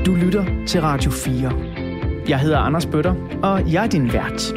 Du lytter til Radio 4. Jeg hedder Anders Bøtter, og jeg er din vært.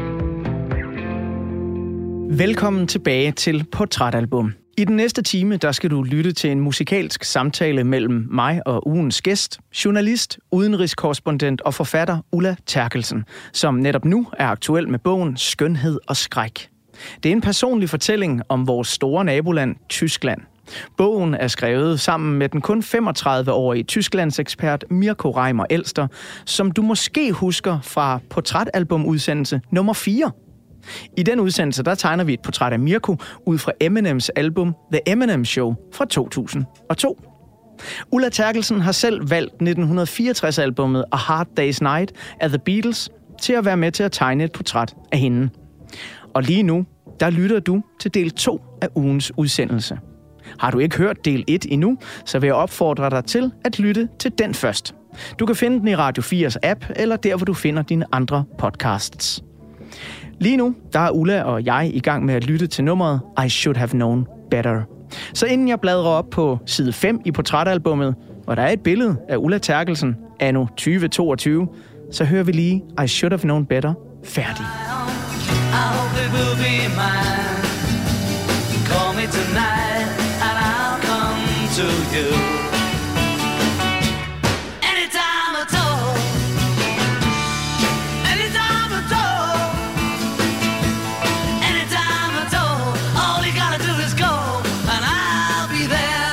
Velkommen tilbage til Portrætalbum. I den næste time, der skal du lytte til en musikalsk samtale mellem mig og ugens gæst, journalist, udenrigskorrespondent og forfatter Ulla Terkelsen, som netop nu er aktuel med bogen Skønhed og skræk. Det er en personlig fortælling om vores store naboland, Tyskland. Bogen er skrevet sammen med den kun 35-årige Tysklandsekspert Mirko Reimer Elster, som du måske husker fra Portrætalbum-udsendelse nummer 4. I den udsendelse, der tegner vi et portræt af Mirko ud fra Eminems album The Eminem Show fra 2002. Ulla Terkelsen har selv valgt 1964-albummet A Hard Day's Night af The Beatles til at være med til at tegne et portræt af hende. Og lige nu, der lytter du til del 2 af ugens udsendelse. Har du ikke hørt del 1 endnu, så vil jeg opfordre dig til at lytte til den først. Du kan finde den i Radio 4's app, eller der, hvor du finder dine andre podcasts. Lige nu, der er Ulla og jeg i gang med at lytte til nummeret I Should Have Known Better. Så inden jeg bladrer op på side 5 i portrætalbummet, hvor der er et billede af Ulla Terkelsen anno 2022, så hører vi lige I Should Have Known Better færdig. To you anytime at all, anytime at all, anytime at all. All you gotta do is go, and I'll be there.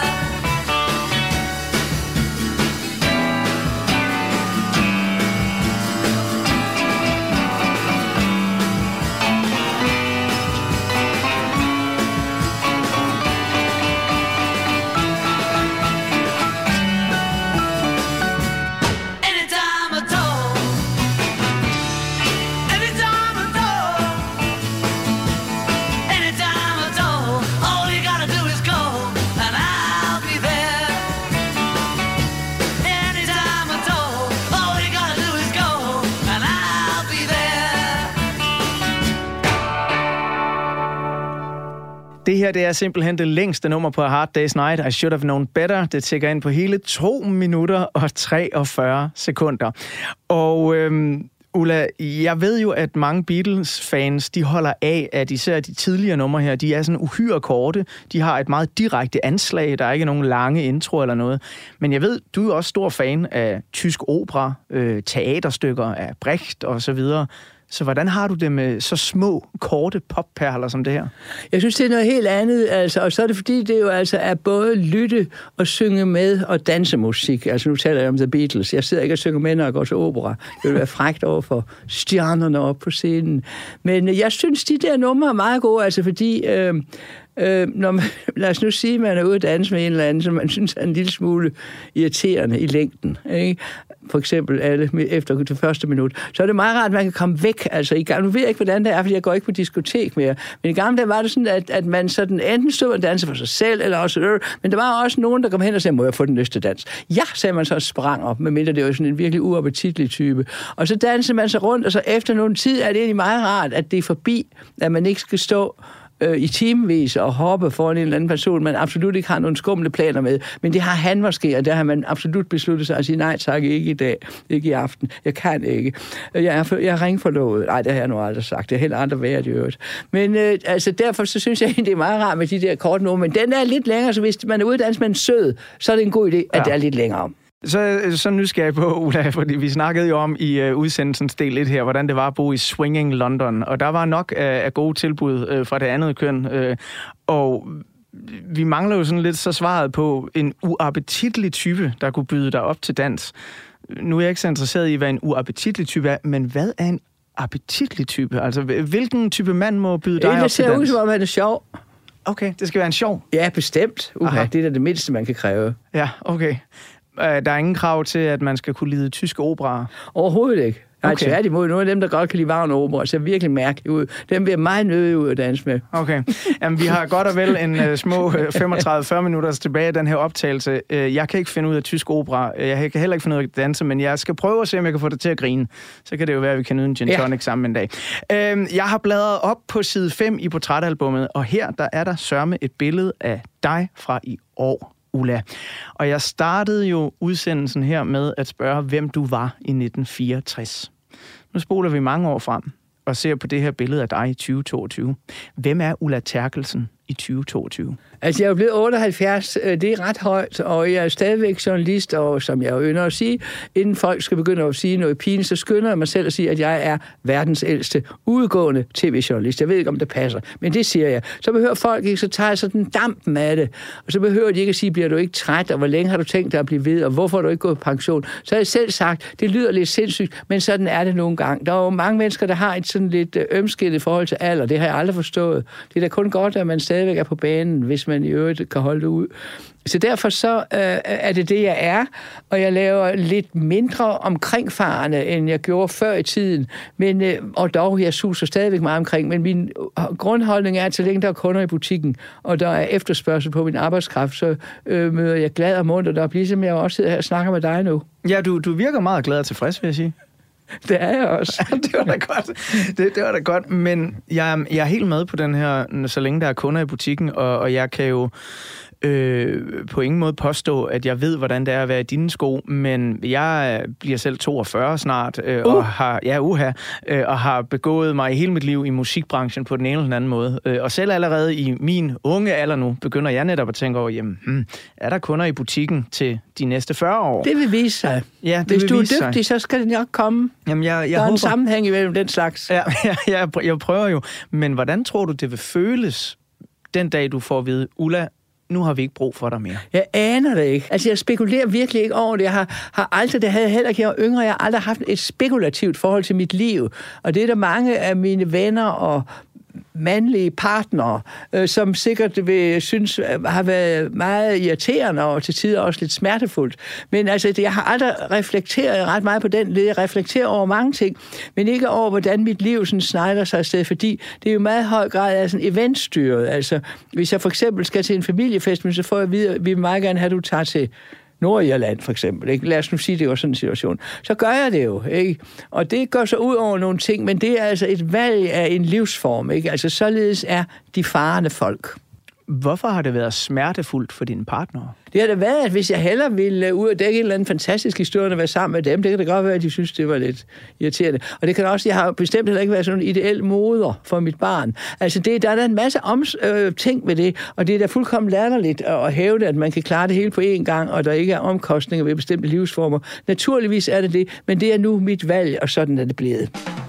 Det her, det er simpelthen det længste nummer på A Hard Day's Night, I Should Have Known Better. Det tækker ind på hele 2 minutter og 43 sekunder. Og Ulla, jeg ved jo, at mange Beatles-fans, de holder af, at især de tidligere numre her, de er sådan uhyre korte. De har et meget direkte anslag, der er ikke nogen lange intro eller noget. Men jeg ved, du er også stor fan af tysk opera, teaterstykker af Brecht og så videre. Så hvordan har du det med så små, korte popperler som det her? Jeg synes, det er noget helt andet, altså, og så er det fordi, det jo altså er både lytte og synge med og dansemusik. Altså nu taler jeg om The Beatles. Jeg sidder ikke og synger med, når jeg går til opera. Det vil være frækt over for stjernerne op på scenen. Men jeg synes, de der numre er meget gode, altså fordi når man, lad os nu sige, at man er ude at danse med en eller anden, som man synes er en lille smule irriterende i længden, ikke? For eksempel alle efter det første minut, så er det meget rart, at man kan komme væk. Altså, nu ved jeg ikke, hvordan det er, fordi jeg går ikke på diskotek mere. Men i gamle dage var det sådan, at man sådan enten stod og dansede for sig selv, eller også men der var også nogen, der kom hen og sagde, må jeg få den næste dans? Ja, sagde man så og sprang op, medmindre det var sådan en virkelig uappetitlig type. Og så dansede man sig rundt, og så efter nogen tid er det egentlig meget rart, at det er forbi, at man ikke skal stå i timevis og hoppe foran en eller anden person, man absolut ikke har nogle skumle planer med. Men det har han måske, og der har man absolut besluttet sig at sige, nej tak, ikke i dag, ikke i aften. Jeg kan ikke. Jeg er ringforlovet. Nej, det har jeg nu aldrig sagt. Det er heller andre værd i øvrigt. Men altså derfor så synes jeg, det er meget rart med de der korte numre. Men den er lidt længere, så hvis man er ude at danse med en sød, så er det en god idé, at det er lidt længere om. Så nysgerrig på, Ulla, fordi vi snakkede jo om i udsendelsens del 1 her, hvordan det var at bo i Swinging London, og der var nok af gode tilbud fra det andet køn, og vi mangler jo sådan lidt så svaret på en uappetitlig type, der kunne byde dig op til dans. Nu er jeg ikke så interesseret i, hvad en uappetitlig type er, men hvad er en appetitlig type? Altså, hvilken type mand må byde dig op til dans? Det ser ud som om, han er sjov. Okay, det skal være en sjov? Ja, bestemt. Det er da det mindste, man kan kræve. Ja, okay. Der er ingen krav til, at man skal kunne lide tyske operaer? Overhovedet ikke. Nej, tværtimod. Nogle af dem, der godt kan lide Wagner-opera, ser virkelig mærkeligt ud. Dem bliver meget nødig ud at danse med. Okay. Jamen, vi har godt og vel en små 35-40 minutter tilbage af den her optagelse. Jeg kan ikke finde ud af tysk opera. Jeg kan heller ikke finde ud af at danse, men jeg skal prøve at se, om jeg kan få det til at grine. Så kan det jo være, at vi kan nyde en gin tonic sammen en dag. Jeg har bladret op på side 5 i portrætalbummet, og her der er der sørme et billede af dig fra i år. Ulla. Og jeg startede jo udsendelsen her med at spørge, hvem du var i 1964. Nu spoler vi mange år frem og ser på det her billede af dig i 2022. Hvem er Ulla Terkelsen i 2022? Altså, jeg er blevet 78, det er ret højt, og jeg er stadigvæk journalist, og som jeg jo ynder at sige, inden folk skal begynde at sige noget pinligt, så skynder jeg mig selv at sige, at jeg er verdens ældste udgående tv-journalist. Jeg ved ikke, om det passer, men det siger jeg. Så behøver folk ikke, så tager jeg sådan dampen af det, og så behøver de ikke at sige, bliver du ikke træt, og hvor længe har du tænkt dig at blive ved, og hvorfor har du ikke gået på pension? Så har jeg selv sagt, det lyder lidt sindssygt, men sådan er det nogle gange. Der er jo mange mennesker, der har et sådan lidt ømskillet forhold til alder, det har jeg aldrig forstået. Det er da kun godt, at man stadigvæk er på banen, hvis man i øvrigt kan holde det ud. Så derfor så er det det, jeg er, og jeg laver lidt mindre omkringfarende, end jeg gjorde før i tiden. Men, og dog, jeg suser stadigvæk meget omkring, men min grundholdning er, at så længe der er kunder i butikken, og der er efterspørgsel på min arbejdskraft, så møder jeg glad og munter op, ligesom jeg også sidder her og snakker med dig nu. Ja, du virker meget glad og tilfreds, vil jeg sige. Det er jeg også. Det var da godt. Det var da godt, men jeg er helt med på den her, så længe der er kunder i butikken, og jeg kan jo på ingen måde påstå, at jeg ved, hvordan det er at være i dine sko, men jeg bliver selv 42 snart, og har begået mig i hele mit liv i musikbranchen på den ene eller den anden måde. Og selv allerede i min unge alder nu, begynder jeg netop at tænke over, jamen, er der kunder i butikken til de næste 40 år? Det vil vise sig. Ja, hvis du er dygtig, så skal det nok komme. Jamen, jeg der er håber... en sammenhæng imellem den slags. Ja, jeg prøver jo. Men hvordan tror du, det vil føles den dag, du får at vide, Ulla, nu har vi ikke brug for dig mere? Jeg aner det ikke. Altså, jeg spekulerer virkelig ikke over det. Jeg har aldrig, det havde jeg heller ikke, jeg var yngre, jeg har aldrig haft et spekulativt forhold til mit liv. Og det er der mange af mine venner og mandlige partnere, som sikkert vil synes har været meget irriterende og til tider også lidt smertefuldt. Men altså, jeg har aldrig reflekteret ret meget på den led. Jeg reflekterer over mange ting, men ikke over, hvordan mit liv sådan snegler sig afsted, fordi det er jo meget høj grad af sådan eventstyret. Altså, hvis jeg for eksempel skal til en familiefest, så får jeg at vide, at vi vil meget gerne have, at du tager til Nordirland for eksempel, ikke? Lad os nu sige, det var sådan en situation. Så gør jeg det jo, ikke? Og det går så ud over nogle ting, men det er altså et valg af en livsform, ikke? Altså således er de farende folk. Hvorfor har det været smertefuldt for dine partnere? Det har da været, at hvis jeg hellere ville ud og dække en eller anden fantastisk historie og være sammen med dem, det kan da godt være, at de synes, det var lidt irriterende. Og det kan også, jeg har bestemt heller ikke været sådan en ideel moder for mit barn. Altså, der er en masse ting ved det, og det er da fuldkommen latterligt at hævde, at man kan klare det hele på én gang, og der ikke er omkostninger ved bestemte livsformer. Naturligvis er det, men det er nu mit valg, og sådan er det blevet.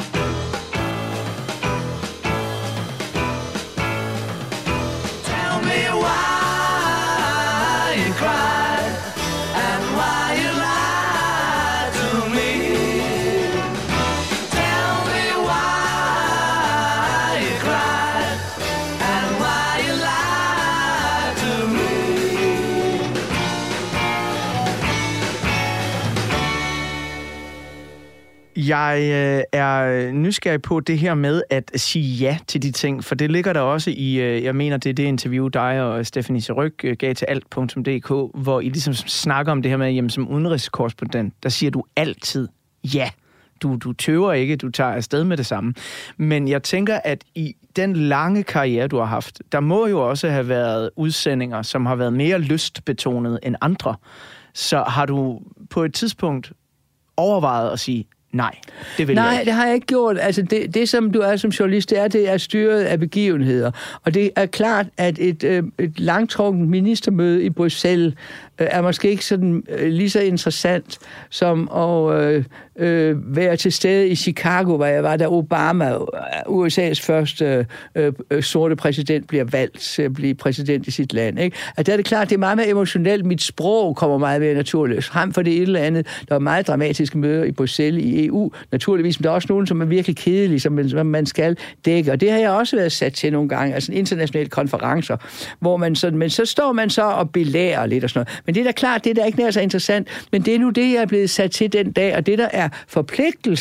Jeg er nysgerrig på det her med at sige ja til de ting, for det ligger der også i, jeg mener, det er det interview, dig og Stephanie Seryk gav til alt.dk, hvor I ligesom snakker om det her med, jamen som udenrigskorrespondent, der siger du altid ja. Du tøver ikke, du tager afsted med det samme. Men jeg tænker, at i den lange karriere, du har haft, der må jo også have været udsendinger, som har været mere lystbetonet end andre. Så har du på et tidspunkt overvejet at sige, nej, det vil jeg ikke. Nej, det har jeg ikke gjort. Altså det som du er som journalist, det er styret af begivenheder. Og det er klart, at et langtrukkent ministermøde i Bruxelles er måske ikke sådan lige så interessant som at være til stede i Chicago, hvor jeg var, da Obama, USA's første sorte præsident, bliver valgt til at blive præsident i sit land. Ikke? At der er det klart, det er meget mere emotionelt. Mit sprog kommer meget mere naturligt frem for det et eller andet. Der er meget dramatiske møder i Bruxelles i EU, naturligvis, men der er også nogen, som er virkelig kedelige, som man skal dække. Og det har jeg også været sat til nogle gange, altså internationale konferencer, hvor man sådan, men så står man så og belærer lidt og sådan noget. Men det er da klart, det er da ikke nær så interessant, men det er nu det, jeg er blevet sat til den dag, og det der er forpligtelsen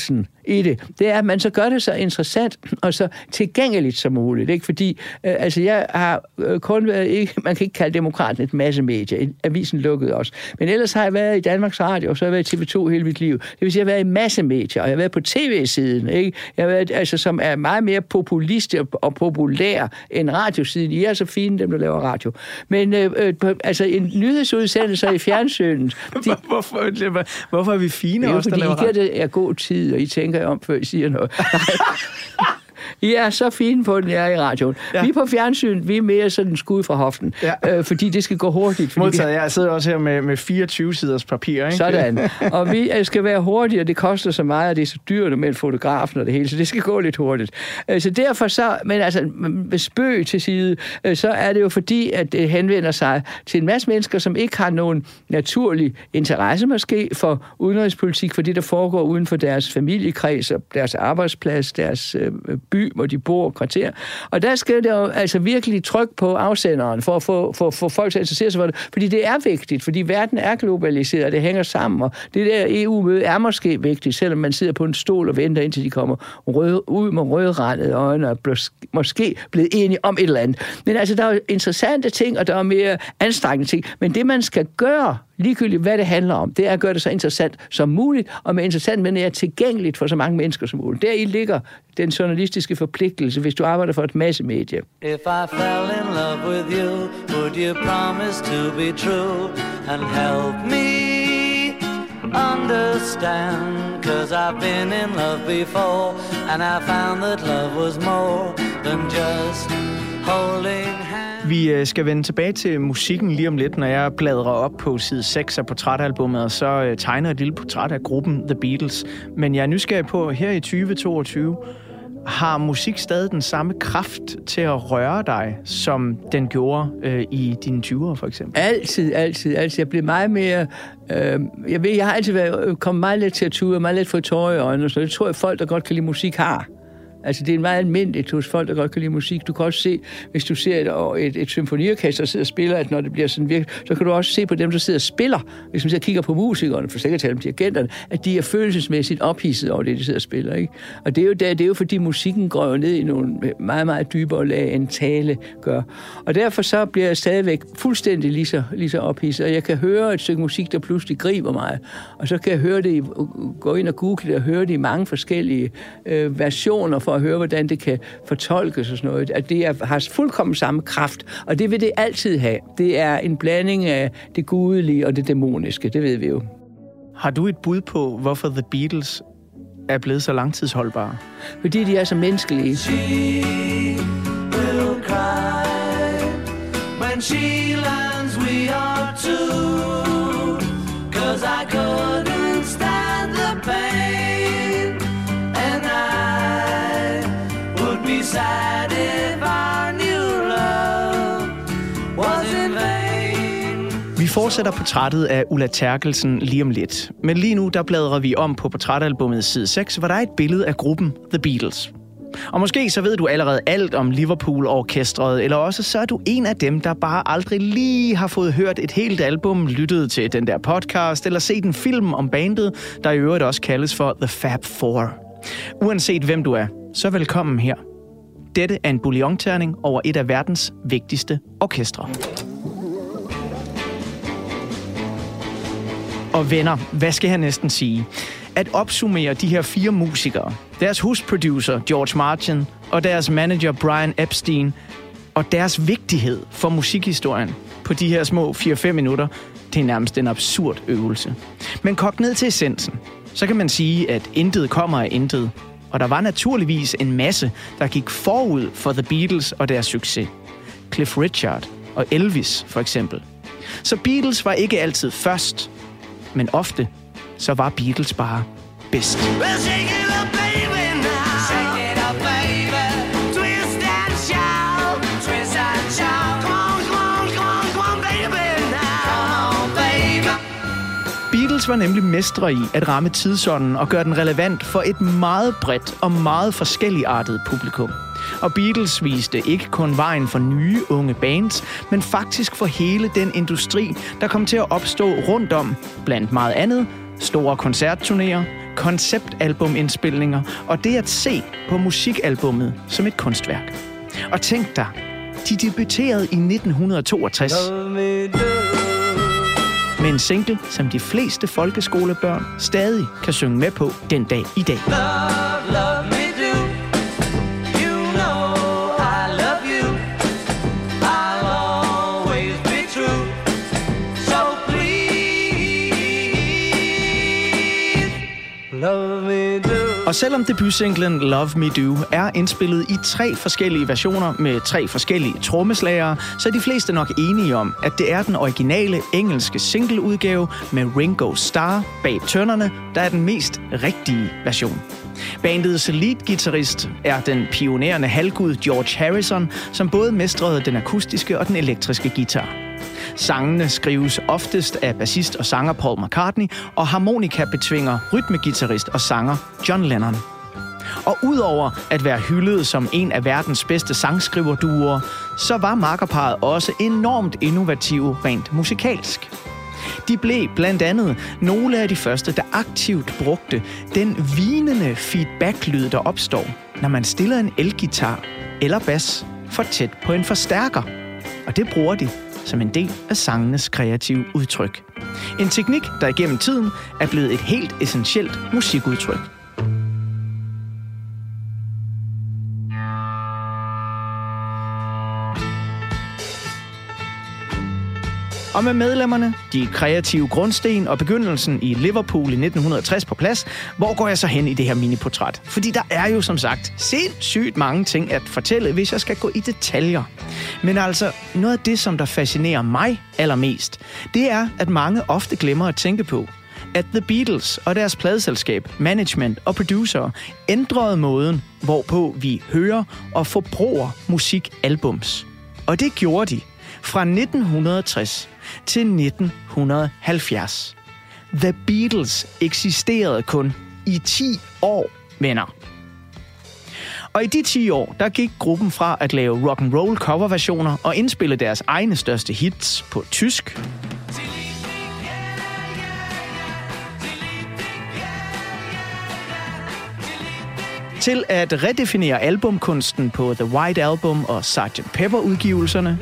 i det, det er, at man så gør det så interessant og så tilgængeligt som muligt. Ikke? Fordi jeg har kun været, man kan ikke kalde Demokraten et masse medier. Avisen lukkede også. Men ellers har jeg været i Danmarks Radio, og så har jeg været i TV2 hele mit liv. Det vil sige, at jeg har været i masse medier, og jeg har været på tv-siden. Ikke? Jeg har været, som er meget mere populistisk og populær end radiosiden. I er så fine, dem der laver radio. Men en nyhedsudsendelse i fjernsynet. Hvorfor er vi fine også, der laver radio? Det er fordi, I giver det god tid, og I tænker om, før I siger noget. I er så fine på den, jeg er i radioen. Ja. Vi er på fjernsyn, vi er mere sådan skud fra hoften, fordi det skal gå hurtigt. Modtaget, jeg sidder også her med 24 siders papir, ikke? Sådan. Og vi skal være hurtige, og det koster så meget, og det er så dyrt med fotografen og det hele, så det skal gå lidt hurtigt. Så derfor så, men altså, med spøg til side, så er det jo fordi, at det henvender sig til en masse mennesker, som ikke har nogen naturlig interesse måske for udenrigspolitik, for det, der foregår uden for deres familiekreds, og deres arbejdsplads, deres by, hvor de bor, kvarter. Og der skal det jo altså virkelig trykke på afsenderen for at få folk til at interessere sig for det. Fordi det er vigtigt, fordi verden er globaliseret, og det hænger sammen. Og det der EU-møde er måske vigtigt, selvom man sidder på en stol og venter, indtil de kommer ud med rødrandede øjne og måske blevet enige om et eller andet. Men altså, der er interessante ting, og der er mere anstrengende ting. Men det, man skal gøre, ligegyldigt hvad det handler om, det er at gøre det så interessant som muligt, og med interessant, men er tilgængeligt for så mange mennesker som muligt. Deri ligger den journalistiske forpligtelse, hvis du arbejder for et masse medie. If I fell in love with you, would you promise to be true and help me understand? 'Cause I've been in love before, and I found that love was more than just holding hands. Vi skal vende tilbage til musikken lige om lidt, når jeg bladrer op på side 6 af portrætalbummet, og så tegner et lille portræt af gruppen The Beatles. Men jeg er nysgerrig på, her i 2022, har musik stadig den samme kraft til at røre dig, som den gjorde i dine 20'ere, for eksempel? Altid. Jeg blev meget mere... jeg har altid kommet meget let til at ture, meget let for tårer i øjnene, så det tror jeg, folk, der godt kan lide musik, har. Altså, det er meget almindeligt hos folk, der godt kan lide musik. Du kan også se, hvis du ser et symfoniorkester, der sidder og spiller, at når det bliver sådan virkelig, så kan du også se på dem, der sidder og spiller, hvis man så kigger på musikerne, for sikkert tale om dirigenterne, at de er følelsesmæssigt ophidset over det, de sidder og spiller, ikke? Og det er jo fordi musikken går jo ned i nogle meget, meget dybere lag, end tale gør. Og derfor så bliver jeg stadigvæk fuldstændig lige så ophidset, og jeg kan høre et stykke musik, der pludselig griber mig, og så kan jeg høre det, gå ind og google det, og høre det i mange forskellige versioner, for at høre, hvordan det kan fortolkes og sådan noget. At det har fuldkommen samme kraft, og det vil det altid have. Det er en blanding af det gudelige og det dæmoniske, det ved vi jo. Har du et bud på, hvorfor The Beatles er blevet så langtidsholdbare? Fordi de er så menneskelige. She will cry when she learns we are two, 'cause I couldn't stand the pain, and I would be sad if our new love was in vain. Vi fortsætter portrættet af Ulla Terkelsen lige om lidt. Men lige nu, der bladrer vi om på portrætalbummet side 6, hvor der er et billede af gruppen The Beatles. Og måske så ved du allerede alt om Liverpool-orkestret, eller også så er du en af dem, der bare aldrig lige har fået hørt et helt album, lyttet til den der podcast, eller set en film om bandet, der i øvrigt også kaldes for The Fab Four. Uanset hvem du er, så velkommen her. Dette er en bouillonterning over et af verdens vigtigste orkestre. Og venner, hvad skal jeg næsten sige? At opsummere de her 4 musikere, deres husproducer George Martin og deres manager Brian Epstein, og deres vigtighed for musikhistorien på de her små 4-5 minutter, det er nærmest en absurd øvelse. Men kogt ned til essensen, så kan man sige, at intet kommer af intet, og der var naturligvis en masse, der gik forud for The Beatles og deres succes. Cliff Richard og Elvis for eksempel. Så Beatles var ikke altid først, men ofte så var Beatles bare bedst. Well, shake it up, baby, now. Shake it up, baby. Twist and shout. Twist and shout. Come on, come on, come on, come on, baby, now. Come on, baby. Beatles var nemlig mestre i at ramme tidsånden og gøre den relevant for et meget bredt og meget forskelligartet publikum. Og Beatles viste ikke kun vejen for nye, unge bands, men faktisk for hele den industri, der kom til at opstå rundt om, blandt meget andet, store koncertturnéer, konceptalbumindspilninger og det at se på musikalbummet som et kunstværk. Og tænk dig, de debuterede i 1962 med en single, som de fleste folkeskolebørn stadig kan synge med på den dag i dag. Love me do. You know I love you. I'll always be true. So please, love me do. Og selvom debutsinglen Love Me Do er indspillet i 3 forskellige versioner med 3 forskellige trommeslagere, så er de fleste nok enige om, at det er den originale engelske singleudgave med Ringo Starr bag tønderne, der er den mest rigtige version. Bandets lead-guitarist er den pionerende halvgud George Harrison, som både mestrede den akustiske og den elektriske guitar. Sangene skrives oftest af bassist og sanger Paul McCartney, og harmonika betvinger rytmegitarrist og sanger John Lennon. Og udover at være hyldet som en af verdens bedste sangskriverduoer, så var makkerparret også enormt innovative rent musikalsk. De blev blandt andet nogle af de første, der aktivt brugte den hvinende feedback-lyd, der opstår, når man stiller en elgitar eller bas for tæt på en forstærker. Og det bruger de som en del af sangenes kreative udtryk. En teknik, der igennem tiden er blevet et helt essentielt musikudtryk. Og med medlemmerne, de kreative grundsten og begyndelsen i Liverpool i 1960 på plads, hvor går jeg så hen i det her miniportræt? Fordi der er jo som sagt sindssygt mange ting at fortælle, hvis jeg skal gå i detaljer. Men altså, noget af det, som der fascinerer mig allermest, det er, at mange ofte glemmer at tænke på, at The Beatles og deres pladeselskab, management og producer ændrede måden, hvorpå vi hører og forbruger musikalbums. Og det gjorde de fra 1960 til 1970. The Beatles eksisterede kun i 10 år, venner. Og i de 10 år, der gik gruppen fra at lave rock'n'roll coverversioner og indspille deres egne største hits på tysk, til at redefinere albumkunsten på The White Album og Sgt. Pepper-udgivelserne,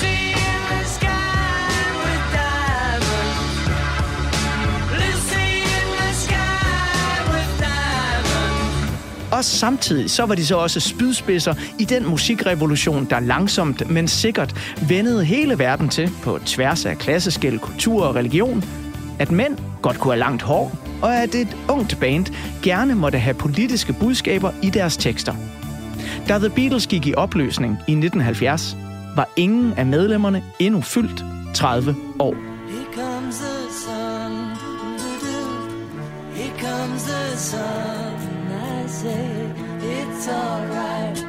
og samtidig så var de så også spydspidser i den musikrevolution, der langsomt, men sikkert vendede hele verden til på tværs af klasseskel, kultur og religion, at mænd godt kunne have langt hår, og at et ungt band gerne måtte have politiske budskaber i deres tekster. Da The Beatles gik i opløsning i 1970, var ingen af medlemmerne endnu fyldt 30 år. Here comes the sun, here comes the sun, I say it's alright.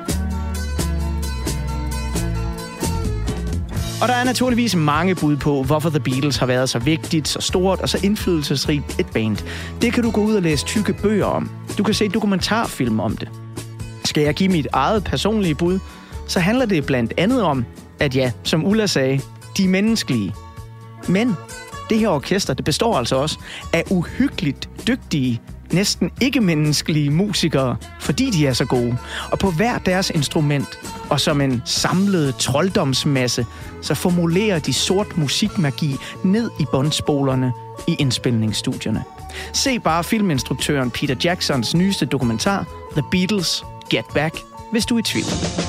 Og der er naturligvis mange bud på, hvorfor The Beatles har været så vigtigt, så stort og så indflydelsesrigt et band. Det kan du gå ud og læse tykke bøger om. Du kan se dokumentarfilm om det. Skal jeg give mit eget personlige bud, så handler det blandt andet om, at ja, som Ulla sagde, de er menneskelige. Men det her orkester, det består altså også af uhyggeligt dygtige, næsten ikke-menneskelige musikere, fordi de er så gode. Og på hver deres instrument, og som en samlet trolddomsmasse, så formulerer de sort musikmagi ned i båndspolerne i indspilningsstudierne. Se bare filminstruktøren Peter Jacksons nyeste dokumentar, The Beatles Get Back, hvis du er i tvivl.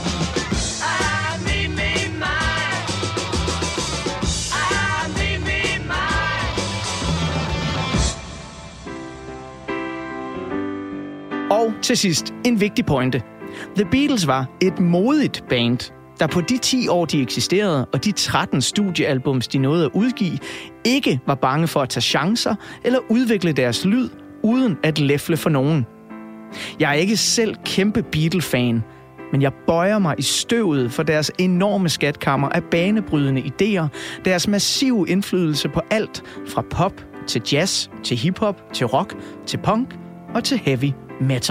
Og til sidst en vigtig pointe. The Beatles var et modigt band, der på de 10 år, de eksisterede, og de 13 studiealbums, de nåede at udgive, ikke var bange for at tage chancer eller udvikle deres lyd, uden at læfle for nogen. Jeg er ikke selv kæmpe Beatle-fan, men jeg bøjer mig i støvet for deres enorme skatkammer af banebrydende idéer, deres massive indflydelse på alt fra pop til jazz, til hiphop, til rock, til punk og til heavy metal.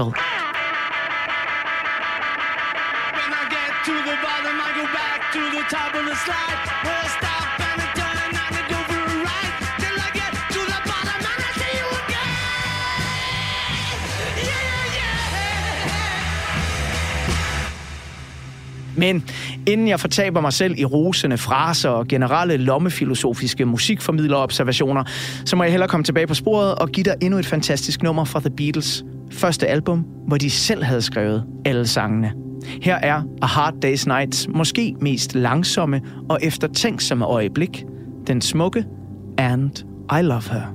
Men inden jeg fortaber mig selv i rosende fraser og generelle lommefilosofiske musikformidlerobservationer, så må jeg hellere komme tilbage på sporet og give dig endnu et fantastisk nummer fra The Beatles' første album, hvor de selv havde skrevet alle sangene. Her er A Hard Day's Nights måske mest langsomme og eftertænksomme øjeblik, den smukke And I Love Her.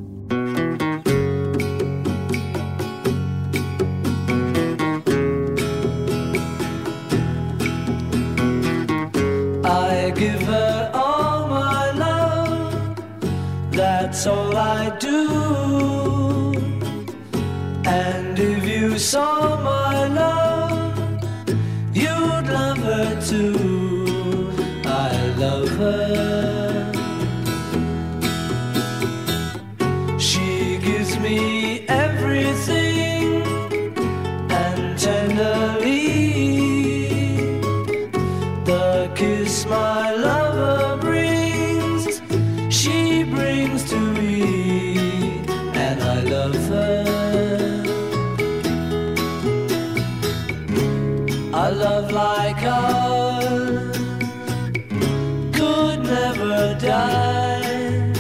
I give her all my love, that's all I do. And if you saw my love, you'd love her too. I love her. She gives me everything, and tenderly the kiss my lover brings, she brings to me, and I love her. A love like ours could never die,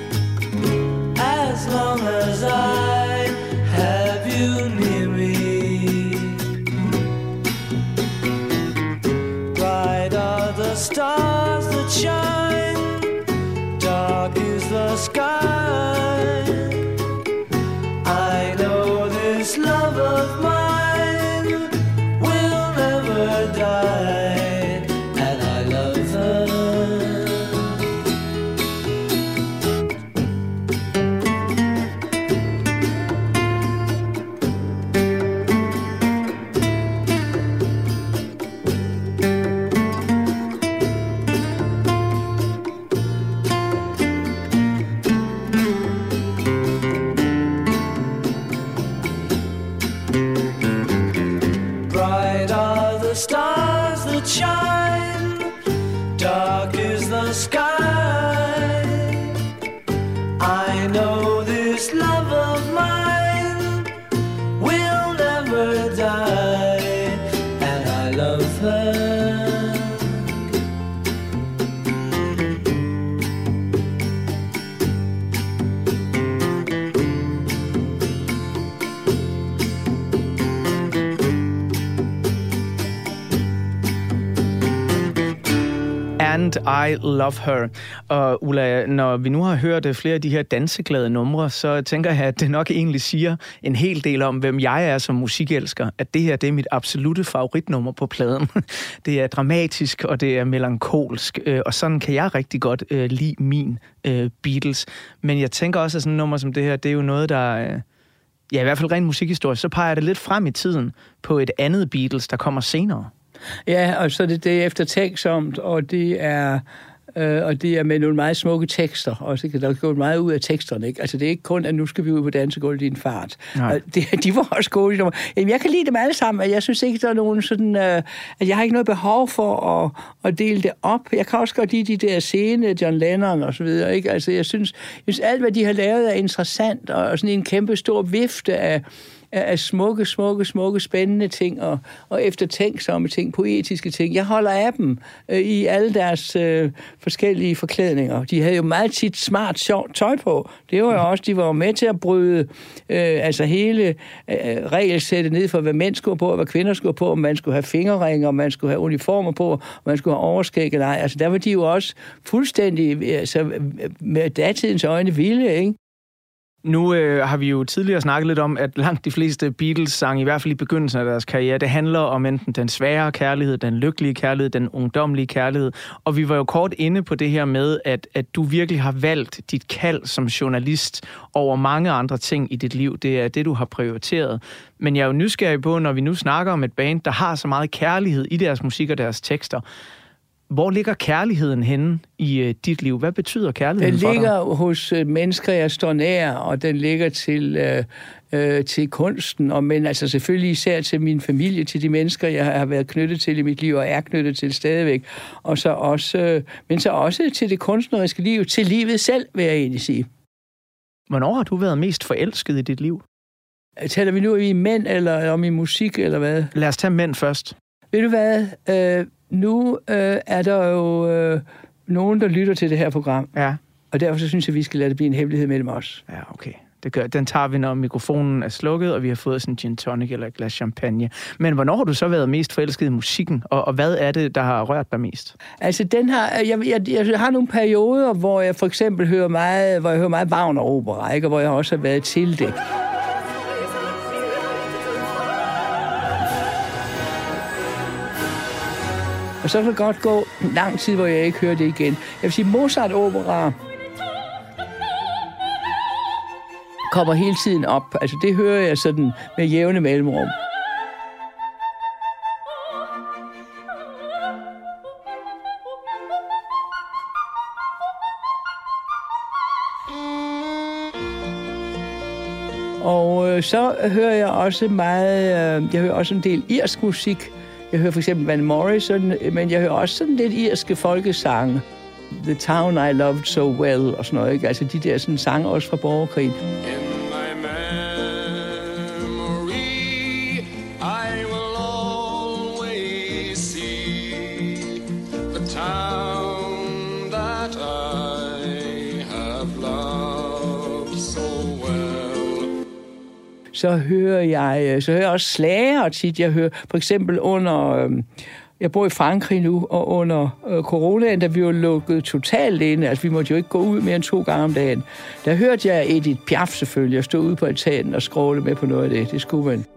as long as I have you near me. Bright are the stars that shine, dark is the sky. I know this love of mine will never die, and I love her. Bright are the stars that shine, dark is the sky. I know this love of mine will never die, and I love her. And I Love Her. Og Ulla, når vi nu har hørt flere af de her danseglade numre, så tænker jeg, at det nok egentlig siger en hel del om, hvem jeg er som musikelsker. At det her, det er mit absolutte favoritnummer på pladen. Det er dramatisk, og det er melankolsk, og sådan kan jeg rigtig godt lide min Beatles. Men jeg tænker også, at sådan et nummer som det her, det er jo noget, der... ja, i hvert fald rent musikhistorie, så peger det lidt frem i tiden på et andet Beatles, der kommer senere. Ja, og så det er eftertænksomt, og det er med nogle meget smukke tekster, og så kan der gå meget ud af teksterne, ikke? Altså, det er ikke kun, at nu skal vi ud på dansegulvet i en fart. De var også gode. Jamen, jeg kan lide dem alle sammen, og jeg synes ikke, der er nogen sådan... at jeg har ikke noget behov for at dele det op. Jeg kan også godt lide de der scene, John Lennon og så videre, ikke? Altså, jeg synes alt, hvad de har lavet, er interessant, og sådan en kæmpe stor vifte af smukke, spændende ting og eftertænksomme ting, poetiske ting. Jeg holder af dem i alle deres forskellige forklædninger. De havde jo meget tit smart, sjovt tøj på. Det var jo også, de var med til at bryde hele regelsættet ned for, hvad mænd skulle på, og hvad kvinder skulle på, om man skulle have fingerringe, om man skulle have uniformer på, om man skulle have overskæg eller ej. Altså, der var de jo også fuldstændig med datidens øjne vilde, ikke? Nu har vi jo tidligere snakket lidt om, at langt de fleste Beatles-sange, i hvert fald i begyndelsen af deres karriere, det handler om enten den svære kærlighed, den lykkelige kærlighed, den ungdommelige kærlighed. Og vi var jo kort inde på det her med, at du virkelig har valgt dit kald som journalist over mange andre ting i dit liv. Det er det, du har prioriteret. Men jeg er jo nysgerrig på, når vi nu snakker om et band, der har så meget kærlighed i deres musik og deres tekster. Hvor ligger kærligheden henne i dit liv? Hvad betyder kærligheden for dig? Den ligger hos mennesker, jeg står nær, og den ligger til kunsten, men altså selvfølgelig især til min familie, til de mennesker, jeg har været knyttet til i mit liv, og er knyttet til stadigvæk. Og så også, men så også til det kunstneriske liv, til livet selv, vil jeg egentlig sige. Hvornår har du været mest forelsket i dit liv? Taler vi nu i mænd, eller om i musik, eller hvad? Lad os tage mænd først. Ved du hvad? Nu er der jo nogen, der lytter til det her program. Ja. Og derfor så synes jeg, vi skal lade det blive en hemmelighed mellem os. Ja, okay. Den tager vi, når mikrofonen er slukket, og vi har fået sådan en gin tonic eller et glas champagne. Men hvornår har du så været mest forelsket i musikken, og hvad er det, der har rørt dig mest? Altså, jeg har nogle perioder, hvor jeg for eksempel hører meget Wagner-opera, ikke? Og hvor jeg også har været til det. Og så kan det godt gå lang tid, hvor jeg ikke hører det igen. Jeg vil sige, Mozart-opera kommer hele tiden op. Altså, det hører jeg sådan med jævne mellemrum. Og så hører jeg også jeg hører også en del irsk musik. Jeg hører for eksempel Van Morrison, men jeg hører også sådan lidt irske folkesange. The Town I Loved So Well og sådan noget, ikke? Altså de der sådan sange også fra borgerkrigen. In my memory, I will always see the town that I have loved so well. Så hører jeg også slager tit. Jeg hører for eksempel jeg bor i Frankrig nu, og under coronaen, da vi var lukket totalt inde, altså vi måtte jo ikke gå ud mere end 2 gange om dagen, der hørte jeg Edith Piaf selvfølgelig, og stod ude på altanen og skråle med på noget af det. Det skulle man.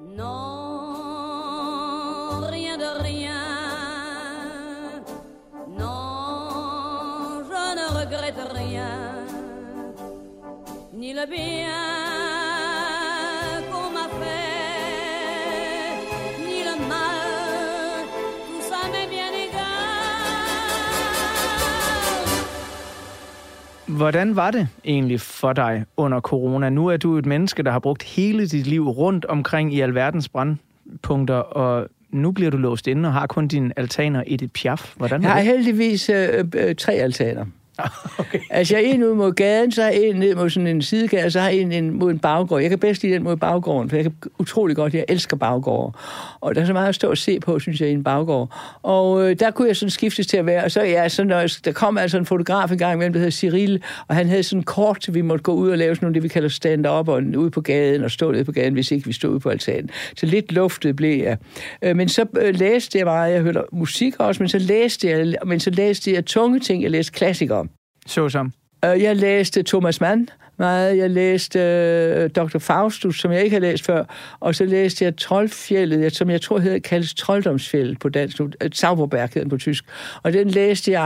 Hvordan var det egentlig for dig under corona? Nu er du et menneske, der har brugt hele dit liv rundt omkring i alverdens brandpunkter, og nu bliver du låst inde og har kun dine altaner i dit Piaf. Hvordan var det? Jeg har heldigvis 3 altaner. Okay. Altså, jeg er en ud mod gaden, så er en ned mod sådan en sidegade, og så har en mod en baggård. Jeg kan bedst lide den mod baggården, for jeg kan utrolig godt, jeg elsker baggård. Og der er så meget at stå og se på, synes jeg, i en baggård. Og der kunne jeg sådan skiftes til at være, og så der kom altså en fotograf en gang imellem, der hedder Cyril, og han havde sådan kort, så vi måtte gå ud og lave sådan noget, det vi kalder stand-up, og ude på gaden, og stå nede på gaden, hvis ikke vi stod ude på altanen. Så lidt luftet blev jeg. Men så læste jeg meget, jeg hørte musik også, men så læste jeg tunge ting, jeg læste klassikere. Såsom? Jeg læste Thomas Mann meget. Jeg læste Dr. Faustus, som jeg ikke har læst før. Og så læste jeg Troldfjeldet, som jeg tror kaldes Trolddomsfjeldet på dansk. Zauberberg hedder den på tysk. Og den læste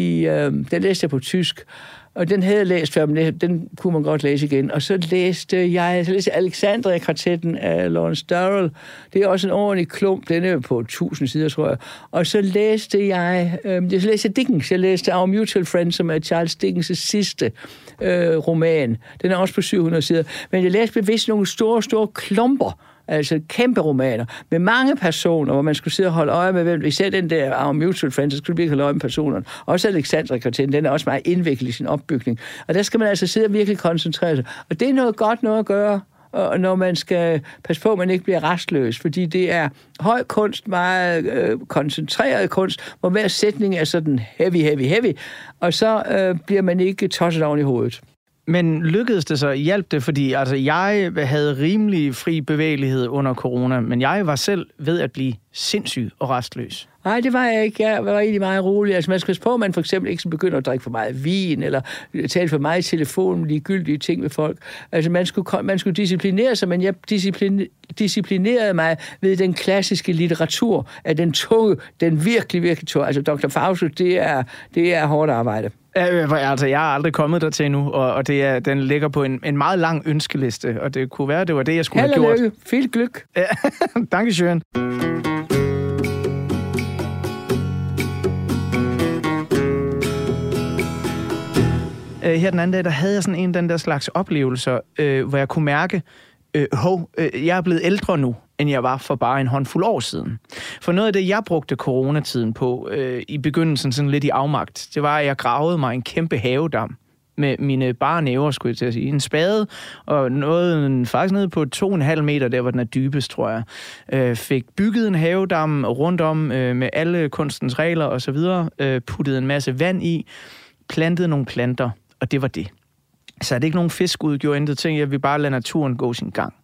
jeg på tysk. Og den havde jeg læst før, men den kunne man godt læse igen. Og så læste jeg Alexandria-kvartetten af Lawrence Durrell. Det er også en ordentlig klump. Den er på 1000 sider, tror jeg. Og så læste jeg Dickens. Jeg læste Our Mutual Friend, som er Charles Dickens' sidste roman. Den er også på 700 sider. Men jeg læste bevidst nogle store klumper, altså kæmpe romaner, med mange personer, hvor man skulle sidde og holde øje med, hvem. Især den der Our Mutual Friends, så skulle du virkelig holde øje med personerne. Også Alexandria-kvartetten, den er også meget indviklet i sin opbygning. Og der skal man altså sidde og virkelig koncentrere sig. Og det er noget at gøre, når man skal passe på, at man ikke bliver rastløs, fordi det er høj kunst, meget koncentreret kunst, hvor hver sætning er sådan heavy, og så bliver man ikke tosset oven i hovedet. Men lykkedes det så? Hjalp det? Fordi altså, jeg havde rimelig fri bevægelighed under corona, men jeg var selv ved at blive sindssyg og rastløs. Nej, det var jeg ikke. Jeg var egentlig meget rolig. Altså, man skal passe på, at man for eksempel ikke begynder at drikke for meget vin, eller tale for meget i telefonen, ligegyldige ting med folk. Altså, man skulle disciplinere sig, men jeg disciplinerede mig ved den klassiske litteratur, af den tunge, den virkelig tunge. Altså, Dr. Faustus, det er hårdt arbejde. Altså, jeg er aldrig kommet dertil endnu, og den ligger på en meget lang ønskeliste, og det kunne være, det var det, jeg skulle have gjort. Lykke. Viel Glück. Ja, Dankeschön. Her den anden dag, der havde jeg sådan en den der slags oplevelser, hvor jeg kunne mærke, jeg er blevet ældre nu, end jeg var for bare en håndfuld år siden. For noget af det, jeg brugte coronatiden på, i begyndelsen sådan lidt i afmagt, det var, at jeg gravede mig en kæmpe havedam med mine bare næver, skulle jeg til at sige. En spade, og faktisk nede på 2,5 meter, der hvor den er dybest, tror jeg. Fik bygget en havedam rundt om med alle kunstens regler og så videre. Puttede en masse vand i, plantede nogle planter, og det var det. Så er det ikke nogen fisk ud, gjorde intet ting. Jeg vil bare lade naturen gå sin gang.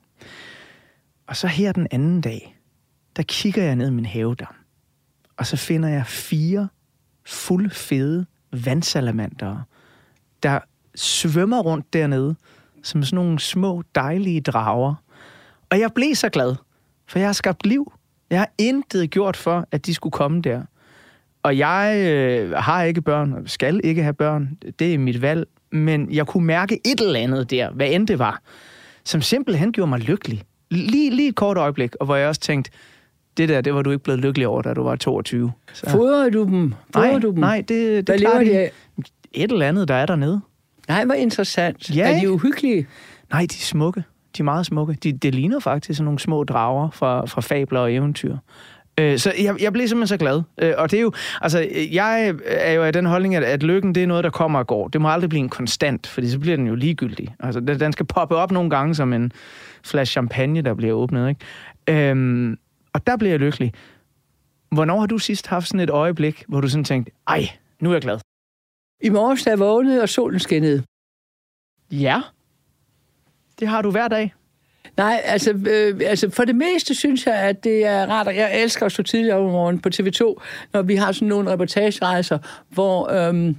Og så her den anden dag, der kigger jeg ned i min havedam, og så finder jeg 4 fuldfede vandsalamander, der svømmer rundt dernede, som sådan nogle små, dejlige drager. Og jeg blev så glad, for jeg har skabt liv. Jeg har intet gjort for, at de skulle komme der. Og jeg har ikke børn, og skal ikke have børn. Det er mit valg. Men jeg kunne mærke et eller andet der, hvad end det var, som simpelthen gjorde mig lykkelig. Lige et kort øjeblik, og hvor jeg også tænkte, det var du ikke blevet lykkelig over, da du var 22. Fodrer du dem? Nej, det klarer de. Et eller andet, der er dernede. Nej, hvor interessant. Ja. Er de uhyggelige? Nej, de er smukke. De er meget smukke. Det ligner faktisk sådan nogle små drager fra fabler og eventyr. Så jeg blev simpelthen så glad. Og det er jo, altså, jeg er jo af den holdning, at lykken, det er noget, der kommer og går. Det må aldrig blive en konstant, fordi så bliver den jo ligegyldig. Altså, den skal poppe op nogle gange som en flaske champagne, der bliver åbnet, ikke? Og der bliver jeg lykkelig. Hvornår har du sidst haft sådan et øjeblik, hvor du sådan tænkte, ej, nu er jeg glad? I morges, da jeg vågnede, og solen skinnede. Ja. Det har du hver dag. Nej, altså for det meste synes jeg, at det er rart. Jeg elsker at stå tidligt op om morgenen på TV2, når vi har sådan nogle reportagerejser, hvor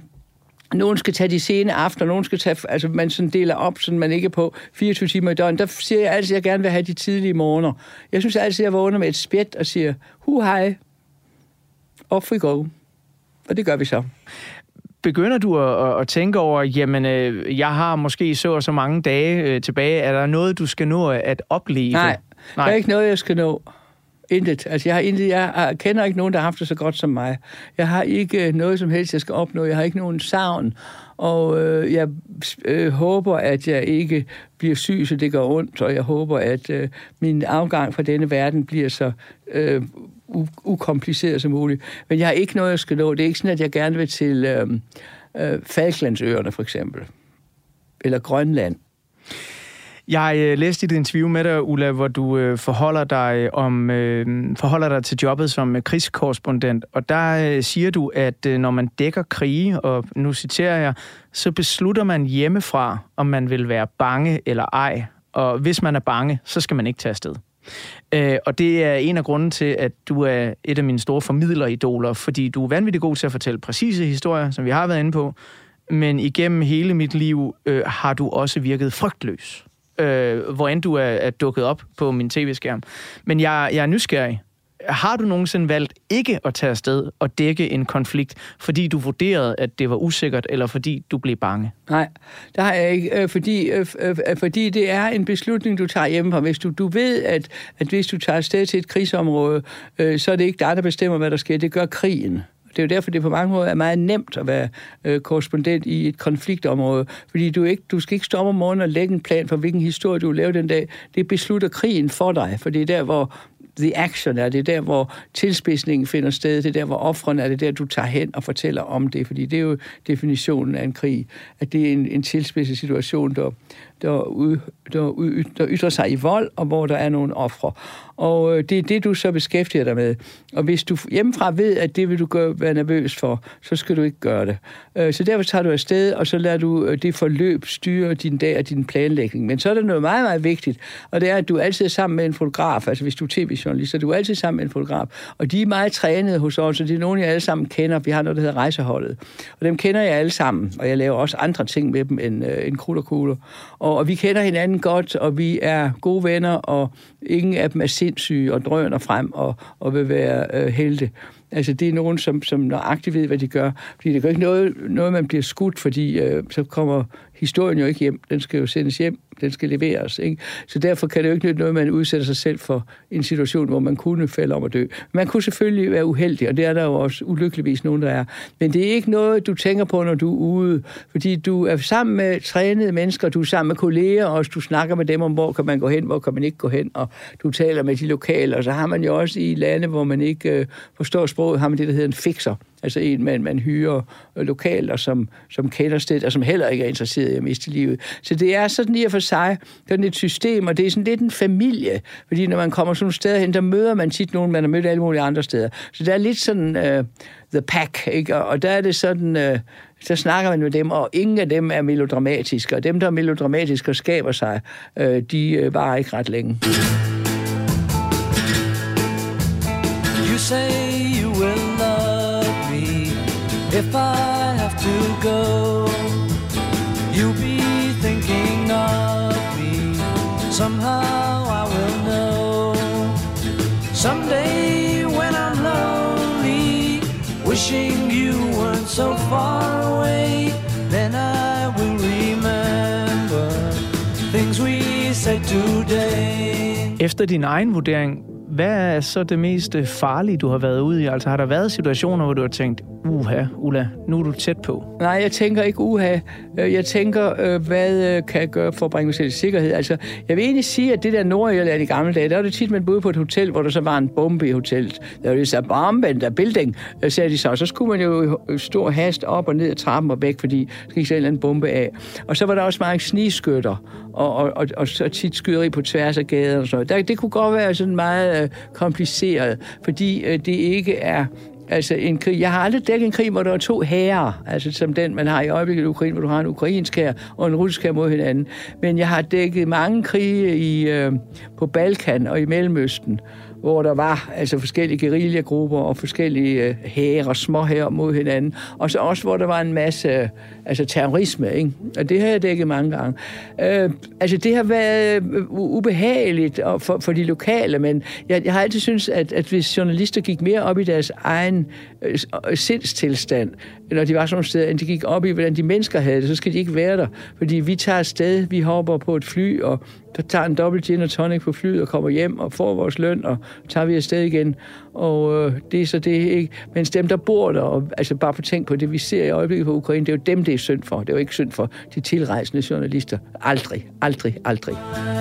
nogen skal tage de sene aftener, nogen skal tage, altså man sådan deler op, så man ikke er på 24 timer i døgnet. Der siger jeg altid, at jeg gerne vil have de tidlige morgener. Jeg synes altid, at jeg vågner med et spjæt og siger, hej, off we go. Og det gør vi så. Begynder du at tænke over, jamen, jeg har måske så mange dage tilbage. Er der noget, du skal nå at opleve? Nej, der er ikke noget, jeg skal nå. Intet. Altså, jeg kender ikke nogen, der har haft det så godt som mig. Jeg har ikke noget som helst, jeg skal opnå. Jeg har ikke nogen savn. Og jeg håber, at jeg ikke bliver syg, så det gør ondt. Og jeg håber, at min afgang fra denne verden bliver så ukompliceret som muligt. Men jeg har ikke noget, jeg skal nå. Det er ikke sådan, at jeg gerne vil til Falklandsøerne, for eksempel. Eller Grønland. Jeg læste dit interview med dig, Ulla, hvor du forholder dig til jobbet som krigskorrespondent, og der siger du, at når man dækker krige, og nu citerer jeg, så beslutter man hjemmefra, om man vil være bange eller ej, og hvis man er bange, så skal man ikke tage afsted. Og det er en af grunden til, at du er et af mine store formidleridoler, fordi du er vanvittigt god til at fortælle præcise historier, som vi har været inde på, men igennem hele mit liv har du også virket frygtløs. Hvor end du er dukket op på min tv-skærm. Men jeg er nysgerrig. Har du nogensinde valgt ikke at tage afsted og dække en konflikt, fordi du vurderede, at det var usikkert, eller fordi du blev bange? Nej, det har jeg ikke, fordi det er en beslutning, du tager hjemmefra. Hvis du ved, at hvis du tager afsted til et krigsområde, så er det ikke dig, der bestemmer, hvad der sker. Det gør krigen. Det er jo derfor, det på mange måder er meget nemt at være korrespondent i et konfliktområde, fordi du skal ikke stå op om morgenen og lægge en plan for, hvilken historie du vil lave den dag. Det beslutter krigen for dig, for det er der, hvor the action er, det er der, hvor tilspidsningen finder sted, det er der, hvor offrene er, det der, du tager hen og fortæller om det, fordi det er jo definitionen af en krig, at det er en tilspidset situation, der ytrer sig i vold, og hvor der er nogle ofre. Og det er det, du så beskæftiger dig med. Og hvis du hjemmefra ved, at det vil du være nervøs for, så skal du ikke gøre det. Så derfor tager du afsted, og så lader du det forløb styre din dag og din planlægning. Men så er der noget meget, meget vigtigt, og det er, at du altid er sammen med en fotograf. Altså hvis du er tv-journalist, så er du altid sammen med en fotograf. Og de er meget trænede hos os, så det er nogen, jeg alle sammen kender. Vi har noget, der hedder Rejseholdet. Og dem kender jeg alle sammen, og jeg laver også andre ting med dem end krudt og kugler. Og vi kender hinanden godt, og vi er gode venner, og ingen af dem er sindssyge og drøner frem og vil være helte. Altså, det er nogen, som nøjagtigt ved, hvad de gør. Fordi det gør ikke noget man bliver skudt, fordi så kommer historien jo ikke hjem. Den skal jo sendes hjem. Den skal leveres, ikke? Så derfor kan det jo ikke nytte noget, man udsætter sig selv for en situation, hvor man kunne falde om at dø. Man kunne selvfølgelig være uheldig, og det er der jo også ulykkeligvis nogen, der er. Men det er ikke noget, du tænker på, når du er ude. Fordi du er sammen med trænede mennesker, du er sammen med kolleger, og du snakker med dem om, hvor kan man gå hen, hvor kan man ikke gå hen, og du taler med de lokale. Og så har man jo også i lande, hvor man ikke forstår sproget har man det, der hedder en fixer. Altså en, man hyrer lokalt, og som kender stedet, og som heller ikke er interesseret i at miste livet. Så det er sådan i og for sig sådan et system, og det er sådan lidt en familie. Fordi når man kommer sådan nogle steder hen, der møder man tit nogen, man har mødt alle mulige andre steder. Så der er lidt sådan the pack, ikke? Og der er det sådan... så snakker man med dem, og ingen af dem er melodramatiske. Og dem, der er melodramatiske og skaber sig, de varer ikke ret længe. You say you will love me if I have to go. You'll be thinking of me. Somehow I will know. Someday when I'm lonely, wishing you weren't so far away, then I will remember things we said today. Efter din egen vurdering, hvad er så det mest farlige, du har været ude i? Altså har der været situationer, hvor du har tænkt, Ulla, nu er du tæt på? Nej, jeg tænker ikke uha. Jeg tænker, hvad kan jeg gøre for at bringe mig selv i sikkerhed? Altså, jeg vil egentlig sige, at det der Nordirland i gamle dage, der var det tit, man boede på et hotel, hvor der så var en bombe i hotellet. Der var det så bombe in the building, sagde de så. Så skulle man jo stå hast op og ned ad trappen og væk, fordi der gik så en eller anden bombe af. Og så var der også mange snigskytter, og så tit skyderi på tværs af gaden og sådan noget. Det kunne godt være sådan meget kompliceret, fordi det ikke er... Altså en krig. Jeg har aldrig dækket en krig, hvor der er to hære, altså som den, man har i øjeblikket i Ukraine, hvor du har en ukrainsk hær og en russisk hær mod hinanden. Men jeg har dækket mange krige på Balkan og i Mellemøsten, hvor der var altså forskellige guerillagrupper og forskellige hære, små hære mod hinanden. Og så også, hvor der var en masse terrorisme, ikke? Og det har jeg dækket mange gange. Altså, det har været ubehageligt for de lokale, men jeg har altid syntes, at hvis journalister gik mere op i deres egen sindstilstand, når de var sådan nogle steder, end de gik op i, hvordan de mennesker havde det, så skal de ikke være der. Fordi vi tager afsted, vi hopper på et fly, og der tager en dobbelt gin og tonic på flyet og kommer hjem og får vores løn, og tager vi afsted igen. Og det er så det, ikke? Mens dem, der bor der, og altså bare på tænk på det, vi ser i øjeblikket på Ukraine, det er jo dem, det er synd for. Det er jo ikke synd for de tilrejsende journalister. Aldrig, aldrig, aldrig.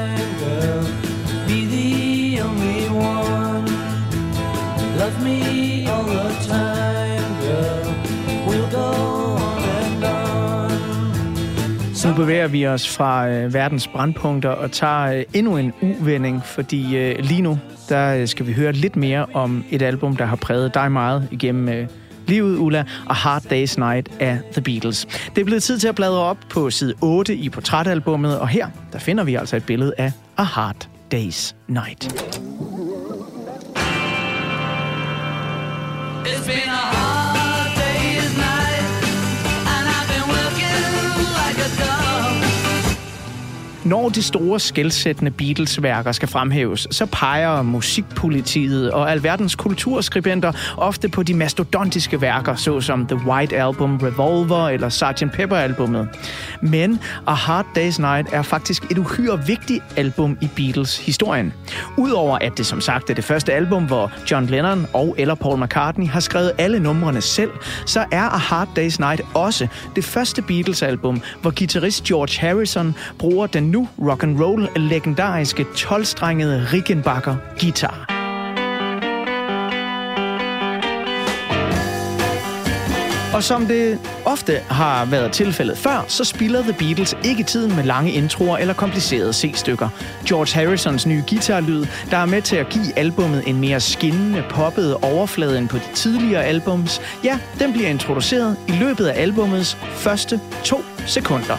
Be the only one. Love me all the time, girl. We'll go on and on. Nu bevæger vi os fra verdens brandpunkter og tager endnu en uvending, fordi lige nu, der skal vi høre lidt mere om et album, der har præget dig meget igennem livet, Ulla, A Hard Day's Night af The Beatles. Det er blevet tid til at bladre op på side 8 i portrætalbummet, og her, der finder vi altså et billede af A Hard Day's Night. It's been a hard day's night, and I've been working like a dog. Når de store skelsættende Beatles-værker skal fremhæves, så peger musikpolitiet og alverdens kulturskribenter ofte på de mastodontiske værker, såsom The White Album, Revolver eller Sgt. Pepper-albummet. Men A Hard Day's Night er faktisk et uhyre vigtigt album i Beatles-historien. Udover at det som sagt er det første album, hvor John Lennon og eller Paul McCartney har skrevet alle numrene selv, så er A Hard Day's Night også det første Beatles-album, hvor guitarist George Harrison bruger den nu rock'n'roll legendariske 12-strengede Rickenbacker guitar. Og som det ofte har været tilfældet før, så spilder The Beatles ikke tiden med lange introer eller komplicerede C-stykker. George Harrisons nye guitarlyd, der er med til at give albummet en mere skinnende, poppet overflade end på de tidligere albums, ja, den bliver introduceret i løbet af albummets første 2 sekunder.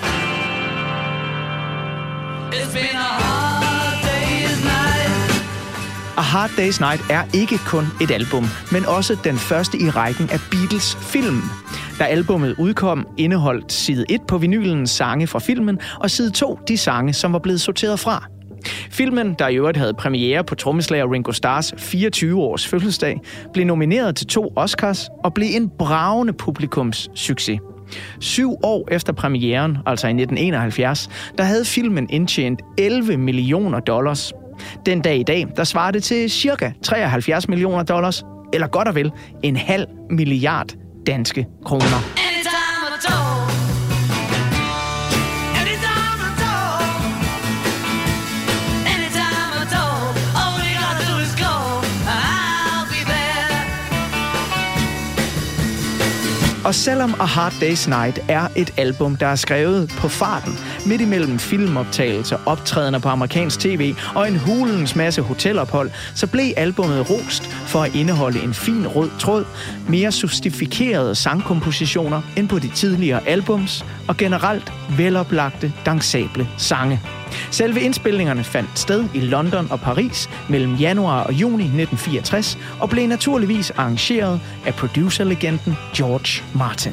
A Hard Day's Night er ikke kun et album, men også den første i rækken af Beatles-film. Da albummet udkom, indeholdt side 1 på vinylen sange fra filmen, og side 2 de sange, som var blevet sorteret fra. Filmen, der i øvrigt havde premiere på trommeslager Ringo Starrs 24-års fødselsdag, blev nomineret til 2 Oscars og blev en bragende publikumssucces. 7 år efter premieren, altså i 1971, der havde filmen indtjent $11 millioner. Den dag i dag, der svarer det til cirka $73 millioner, eller godt og vel $0,5 milliard danske kroner. Og selvom A Hard Day's Night er et album, der er skrevet på farten, midt imellem filmoptagelser, optrædener på amerikansk tv og en hulens masse hotelophold, så blev albummet rost for at indeholde en fin rød tråd, mere sofistikerede sangkompositioner end på de tidligere albums og generelt veloplagte, dansable sange. Selve indspilningerne fandt sted i London og Paris mellem januar og juni 1964 og blev naturligvis arrangeret af producerlegenden George Martin.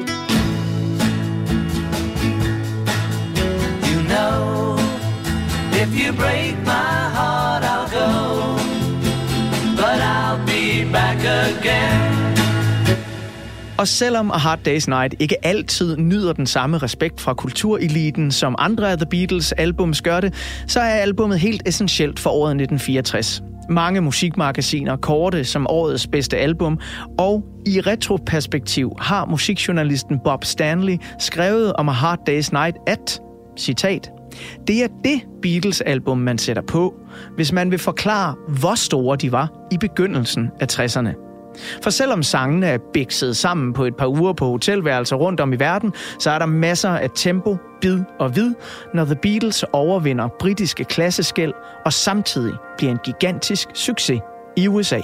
You know, if you break my heart, I'll go, but I'll be back again. Og selvom A Hard Day's Night ikke altid nyder den samme respekt fra kultureliten, som andre af The Beatles albums gør det, så er albummet helt essentielt for året 1964. Mange musikmagasiner kårer det som årets bedste album, og i retroperspektiv har musikjournalisten Bob Stanley skrevet om A Hard Day's Night at, citat, det er det Beatles-album, man sætter på, hvis man vil forklare, hvor store de var i begyndelsen af 60'erne. For selvom sangene er bikset sammen på et par uger på hotelværelser rundt om i verden, så er der masser af tempo, bid og vid, når The Beatles overvinder britiske klasseskel og samtidig bliver en gigantisk succes i USA.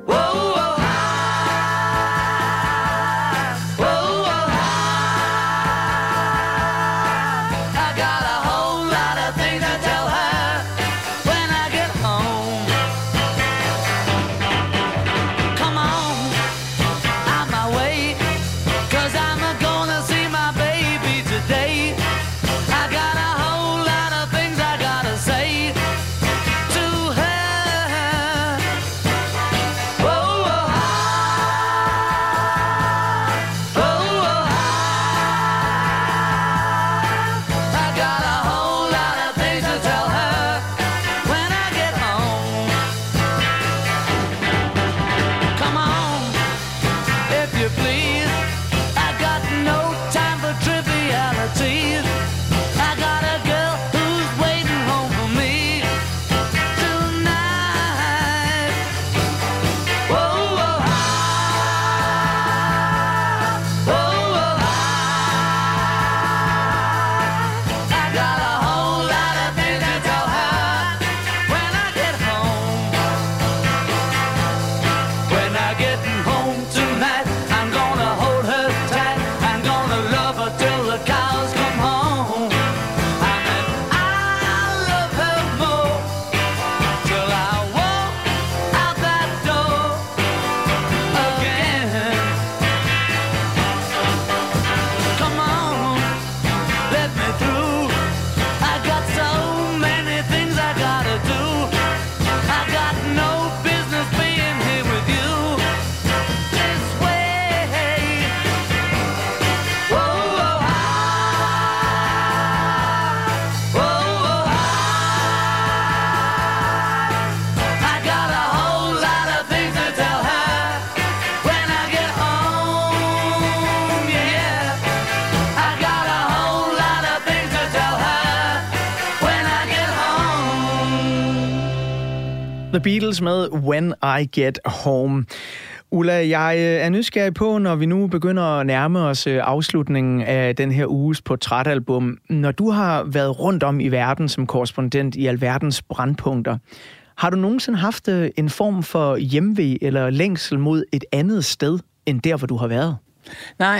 The Beatles med When I Get Home. Ulla, jeg er nysgerrig på, når vi nu begynder at nærme os afslutningen af den her uges portrætalbum. Når du har været rundt om i verden som korrespondent i alverdens brandpunkter, har du nogensinde haft en form for hjemve eller længsel mod et andet sted, end der, hvor du har været? Nej,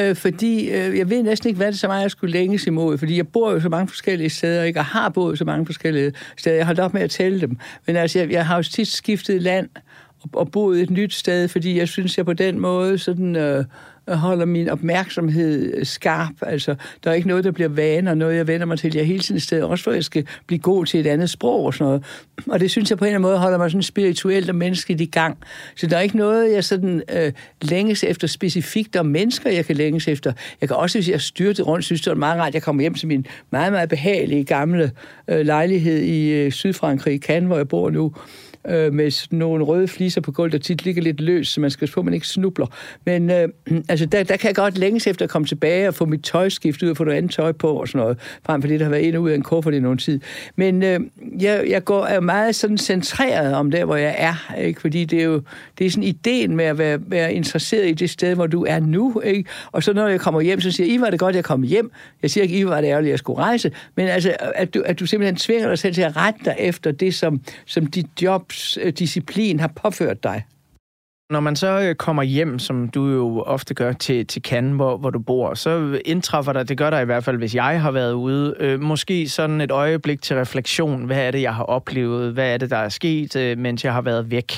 fordi jeg ved næsten ikke, hvad det så meget, jeg skulle længes imod, fordi jeg bor jo så mange forskellige steder, ikke? Og har boet så mange forskellige steder. Jeg har holdt op med at tælle dem. Men altså, jeg har jo tit skiftet land og boet et nyt sted, fordi jeg synes, jeg på den måde sådan holder min opmærksomhed skarp. Altså, der er ikke noget, der bliver vane, og noget, jeg vender mig til. Jeg er hele tiden et sted, også for jeg skal blive god til et andet sprog og sådan noget. Og det synes jeg på en eller anden måde holder mig sådan spirituelt og menneskeligt i gang. Så der er ikke noget, jeg sådan længes efter specifikt om mennesker, jeg kan længes efter. Jeg kan også, hvis jeg styrte rundt, synes det er meget rart, jeg kommer hjem til min meget, meget behagelige gamle lejlighed i Sydfrankrig, Cannes, hvor jeg bor nu. med sådan nogle røde fliser på gulvet, der tit ligger lidt løs, så man skal på, man ikke snubler. Men altså, der kan jeg godt længes efter at komme tilbage og få mit tøj skiftet ud og få noget andet tøj på og sådan noget, frem for det, der har været ind og ud af en kuffert i nogen tid. Men jeg er meget sådan centreret om der, hvor jeg er, ikke? Fordi det er sådan ideen med at være interesseret i det sted, hvor du er nu, ikke? Og så når jeg kommer hjem, så siger jeg, I var det godt, jeg kom hjem. Jeg siger ikke, I var det ærgerligt, jeg skulle rejse, men altså, at du simpelthen tvinger dig selv til at rette dig efter det, som dit jobs disciplin har påført dig. Når man så kommer hjem, som du jo ofte gør til Cannes, hvor du bor, så indtræffer der, det gør der i hvert fald, hvis jeg har været ude, måske sådan et øjeblik til refleksion. Hvad er det, jeg har oplevet? Hvad er det, der er sket, mens jeg har været væk?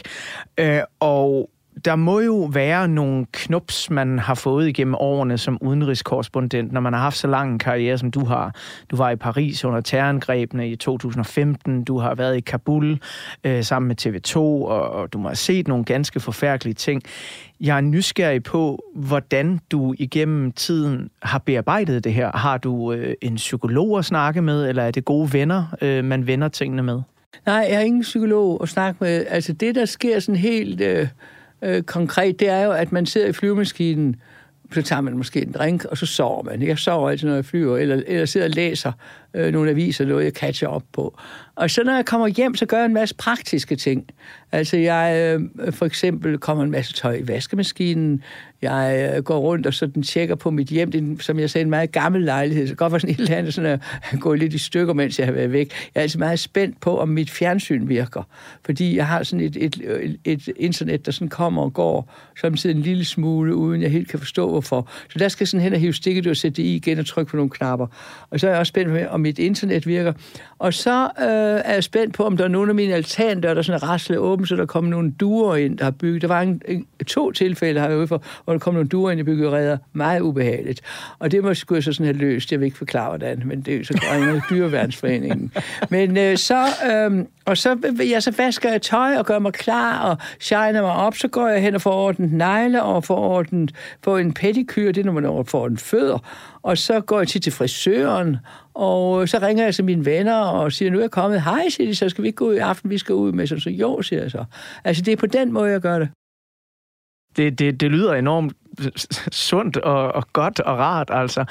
Og der må jo være nogle knups, man har fået igennem årene som udenrigskorrespondent, når man har haft så lang en karriere, som du har. Du var i Paris under terrorangrebene i 2015, du har været i Kabul sammen med TV2, og du må have set nogle ganske forfærdelige ting. Jeg er nysgerrig på, hvordan du igennem tiden har bearbejdet det her. Har du en psykolog at snakke med, eller er det gode venner, man vender tingene med? Nej, jeg har ingen psykolog at snakke med. Altså det, der sker sådan helt konkret, det er jo, at man sidder i flyvemaskinen, så tager man måske en drink, og så sover man. Jeg sover altid, når jeg flyver, eller sidder og læser nogle aviser, noget jeg catcher op på. Og så når jeg kommer hjem, så gør jeg en masse praktiske ting. Altså jeg for eksempel kommer en masse tøj i vaskemaskinen, jeg går rundt og sådan tjekker på mit hjem, det er, som jeg sagde, en meget gammel lejlighed, så godt var sådan et eller andet, sådan at gå lidt i stykker, mens jeg har været væk. Jeg er altså meget spændt på, om mit fjernsyn virker, fordi jeg har sådan et internet, der sådan kommer og går, samtidig en lille smule, uden jeg helt kan forstå, hvorfor. Så der skal sådan hen og hive stikket og sætte det i igen og trykke på nogle knapper. Og så er jeg også spændt på, om mit internet virker. Og så er jeg spændt på, om der er nogle af mine altandøre, der sådan rasler åben, så der kommer nogle duer ind, der har bygget. Der var 2 tilfælde, har jeg ude for, hvor der kom nogle duer ind i byggeriet. Meget ubehageligt. Og det skulle jeg så sådan have løst. Jeg vil ikke forklare, hvordan, men det er så grønne Dyreværnsforeningen. Men så vasker jeg tøj og gør mig klar og shiner mig op. Så går jeg hen og får ordnet negle og får en pedikyr, det er, når man får en fødder. Og så går jeg til frisøren, og så ringer jeg til mine venner og siger, nu er jeg kommet. Hej, siger de, så skal vi ikke gå ud i aften, vi skal ud med. Så jo, siger jeg så. Altså, det er på den måde, jeg gør det. Det lyder enormt sundt og godt og rart, altså.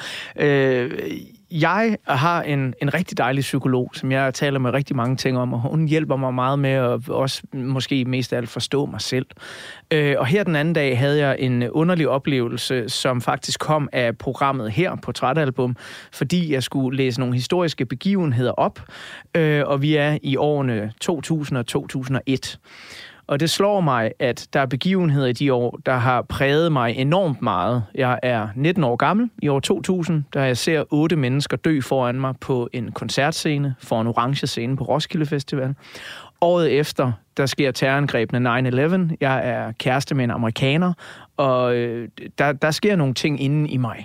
Jeg har en rigtig dejlig psykolog, som jeg taler med rigtig mange ting om, og hun hjælper mig meget med at også måske mest af alt forstå mig selv. Og her den anden dag havde jeg en underlig oplevelse, som faktisk kom af programmet her, Portrætalbum, fordi jeg skulle læse nogle historiske begivenheder op, og vi er i årene 2000 og 2001. Og det slår mig, at der er begivenheder i de år, der har præget mig enormt meget. Jeg er 19 år gammel i år 2000, da jeg ser 8 mennesker dø foran mig på en koncertscene, for en orange scene på Roskilde Festival. Året efter, der sker terrorangrebene 9/11. Jeg er kæreste med en amerikaner, og der sker nogle ting inde i mig.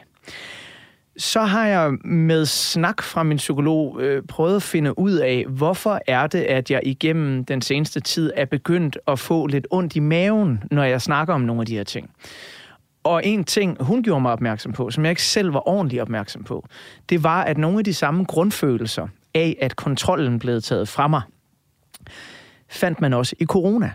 Så har jeg med snak fra min psykolog prøvet at finde ud af, hvorfor er det, at jeg igennem den seneste tid er begyndt at få lidt ondt i maven, når jeg snakker om nogle af de her ting. Og en ting, hun gjorde mig opmærksom på, som jeg ikke selv var ordentligt opmærksom på, det var, at nogle af de samme grundfølelser af, at kontrollen blev taget fra mig, fandt man også i corona.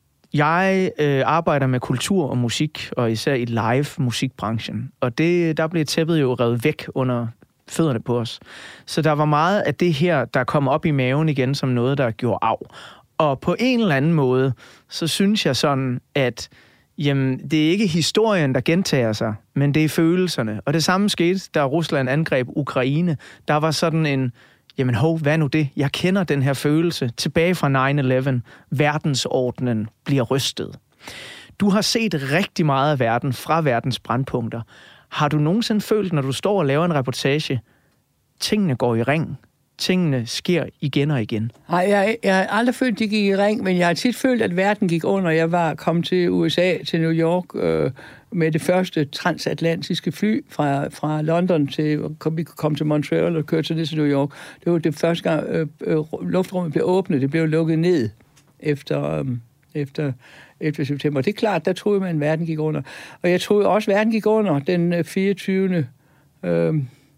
Jeg arbejder med kultur og musik, og især i live-musikbranchen. Og der blev tæppet jo revet væk under fødderne på os. Så der var meget af det her, der kom op i maven igen som noget, der gjorde af. Og på en eller anden måde, så synes jeg sådan, at jamen, det er ikke historien, der gentager sig, men det er følelserne. Og det samme skete, da Rusland angreb Ukraine. Der var sådan en, jamen hvad er nu det? Jeg kender den her følelse tilbage fra 9/11. Verdensordenen bliver rystet. Du har set rigtig meget af verden fra verdens brandpunkter. Har du nogensinde følt, når du står og laver en reportage, tingene går i ring? Tingene sker igen og igen? Nej, jeg har aldrig følt, de gik i ring, men jeg har tit følt, at verden gik under. Jeg var kommet til USA, til New York, med det første transatlantiske fly fra London til, vi kunne komme til Montreal og køre til New York. Det var det første gang, luftrummet blev åbnet. Det blev lukket ned efter september. Det er klart, der troede man, at verden gik under. Og jeg troede også, at verden gik under den 24.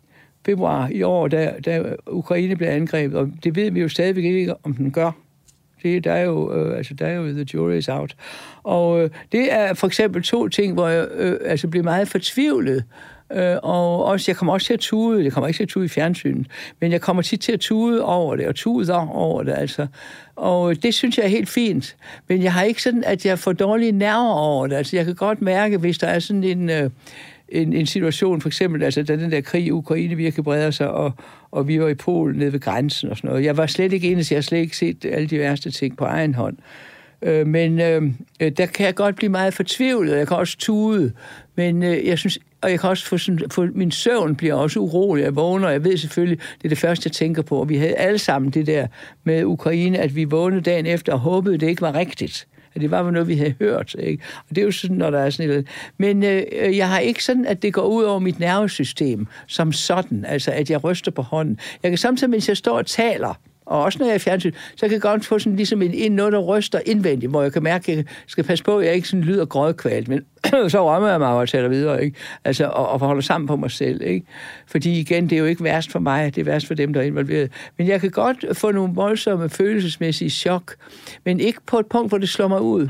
februar i år, da Ukraine blev angrebet. Og det ved vi jo stadigvæk ikke, om den gør. Der er jo The Jury is Out. Og det er for eksempel 2 ting, hvor jeg bliver meget fortvivlet. Og også, jeg kommer også til at tude. Jeg kommer ikke til at tude i fjernsynet, men jeg kommer tit til at tude over det, og tuder over det, altså. Og det synes jeg er helt fint. Men jeg har ikke sådan, at jeg får dårlige nerver over det. Altså, jeg kan godt mærke, hvis der er sådan en situation, for eksempel, altså, da den der krig i Ukraine virkelig breder sig, og vi var i Polen nede ved grænsen og sådan noget. Jeg var slet ikke inde, så jeg har slet ikke set alle de værste ting på egen hånd. Men der kan jeg godt blive meget fortvivlet, og jeg kan også tude. Men jeg synes, og jeg kan også få min søvn bliver også urolig. Jeg vågner, og jeg ved selvfølgelig, det er det første, jeg tænker på. Og vi havde alle sammen det der med Ukraine, at vi vågnede dagen efter og håbede, det ikke var rigtigt. At det var noget, vi havde hørt. Ikke? Og det er jo sådan, når der er sådan noget. Men jeg har ikke sådan, at det går ud over mit nervesystem som sådan. Altså, at jeg ryster på hånden. Jeg kan samtidig, mens jeg står og taler, og også når jeg er fjernsyn, så kan jeg godt få sådan ligesom noget, der ryster indvendigt, hvor jeg kan mærke, at jeg skal passe på, at jeg ikke sådan lyder grådkvalt, men så rammer jeg mig og taler videre, ikke? Altså, og holder sammen på mig selv, ikke? Fordi igen, det er jo ikke værst for mig, det er værst for dem, der er involveret. Men jeg kan godt få nogle voldsomme følelsesmæssige chok, men ikke på et punkt, hvor det slår mig ud.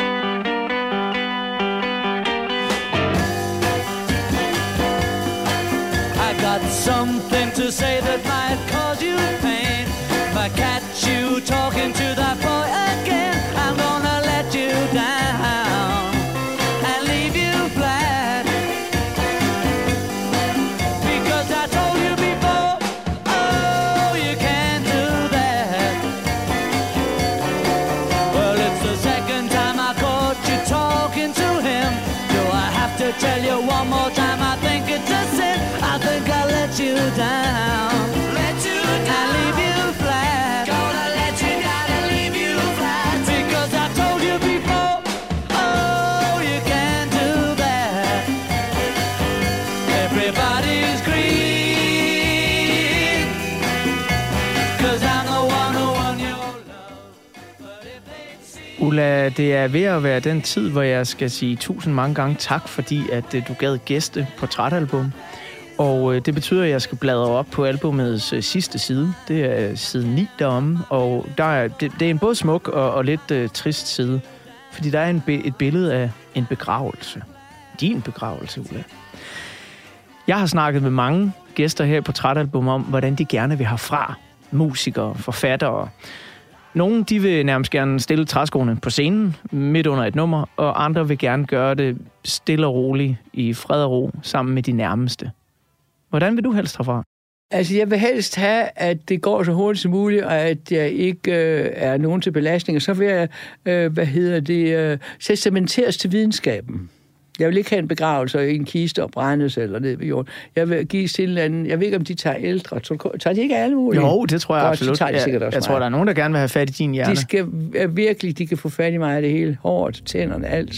I got something to say that might cause you pain. If I catch you talking to that boy again, I'm gonna let you down and leave you flat. Because I told you before, oh, you can't do that. Well, it's the second time I caught you talking to him. Do I have to tell you one more time? I think it's a sin. I think I'll let you down. Let you down. And leave you flat. Gonna let you down and leave you flat. Because I told you before, oh, you can't do that. Everybody's green. Cause I'm the one who won your love. But if they'd see... Ulla, det er ved at være den tid, hvor jeg skal sige 1000 mange gange tak, fordi at du gad gæste portrætalbum. Og det betyder, at jeg skal bladre op på albumets sidste side. Det er side 9 deromme, og det er en både smuk og lidt trist side. Fordi der er et billede af en begravelse. Din begravelse, Ulla. Jeg har snakket med mange gæster her på portrætalbum om, hvordan de gerne vil have fra. Musikere, forfattere. Nogle de vil nærmest gerne stille træskoene på scenen midt under et nummer, og andre vil gerne gøre det stille og roligt i fred og ro sammen med de nærmeste. Hvordan vil du helst herfra? Altså, jeg vil helst have, at det går så hurtigt som muligt, og at jeg ikke er nogen til belastning. Og så vil jeg, testamenteres til videnskaben. Jeg vil ikke have en begravelse i en kiste og brændes eller ned ved jorden. Jeg vil give til en anden. Jeg ved ikke, om de tager ældre. Tager de ikke alle mulige? Jo, det tror jeg absolut. De tager de sikkert også jeg tror, der er nogen, der gerne vil have fat i din hjerne. De kan få fat i mig af det hele. Håret, tænderne, alt.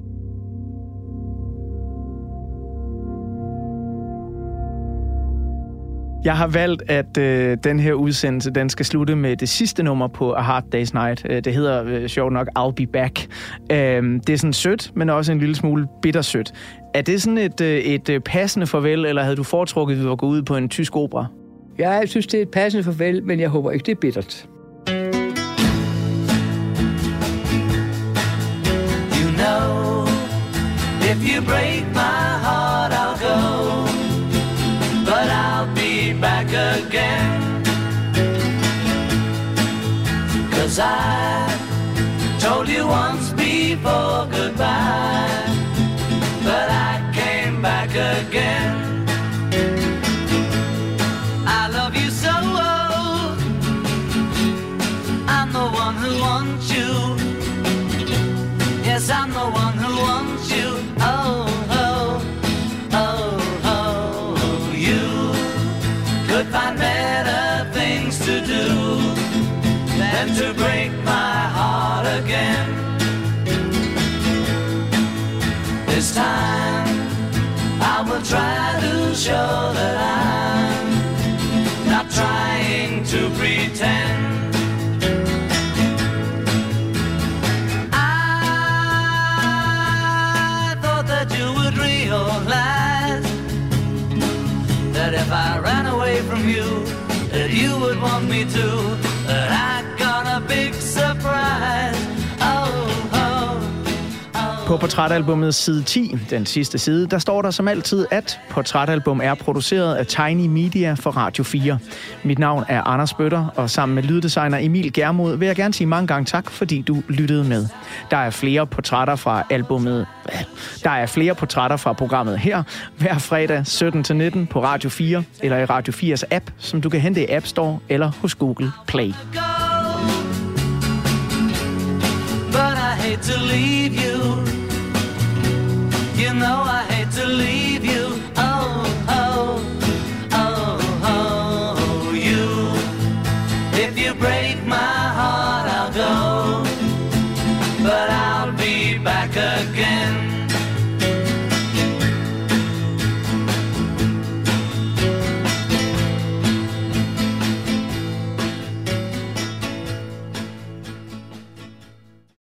Jeg har valgt, at den her udsendelse, den skal slutte med det sidste nummer på A Hard Day's Night. Det hedder sjovt nok I'll Be Back. Det er sådan sødt, men også en lille smule bittersødt. Er det sådan et passende farvel, eller havde du foretrukket, at vi var gået ud på en tysk opera? Jeg synes, det er et passende farvel, men jeg håber ikke, det er bittert. You know, if you break my heart, I'll go. But I'll be back again. 'Cause I told you once before goodbye, but I came back again. I love you so, I'm the one who wants you. Yes, I'm the one who wants you. Oh, oh, oh. Could find better things to do than to break my heart again. This time I will try to show that I'm not trying to pretend. I thought that you would realize that if I ran away from you, that you would want me to. That I got a big surprise. På portrætalbummet side 10, den sidste side, der står der som altid, at Portrætalbum er produceret af Tiny Media for Radio 4. Mit navn er Anders Bøtter, og sammen med lyddesigner Emil Germod vil jeg gerne sige mange gange tak, fordi du lyttede med. Der er flere portrætter fra programmet her, hver fredag 17-19 på Radio 4, eller i Radio 4's app, som du kan hente i App Store eller hos Google Play. But I hate to leave you. You know I hate to leave you. Oh, oh, oh, oh, you. If you break my heart, I'll go. But I'll be back again.